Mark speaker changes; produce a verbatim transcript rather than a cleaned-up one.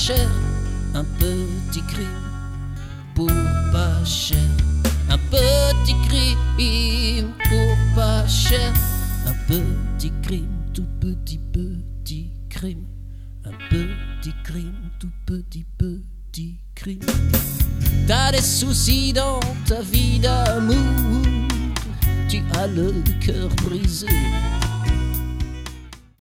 Speaker 1: cher, un petit crime pour pas cher. Un petit crime pour pas cher. Un petit crime, tout petit petit crime. Un petit crime, tout petit petit crime. T'as des soucis dans ta vie d'amour, tu as le cœur brisé.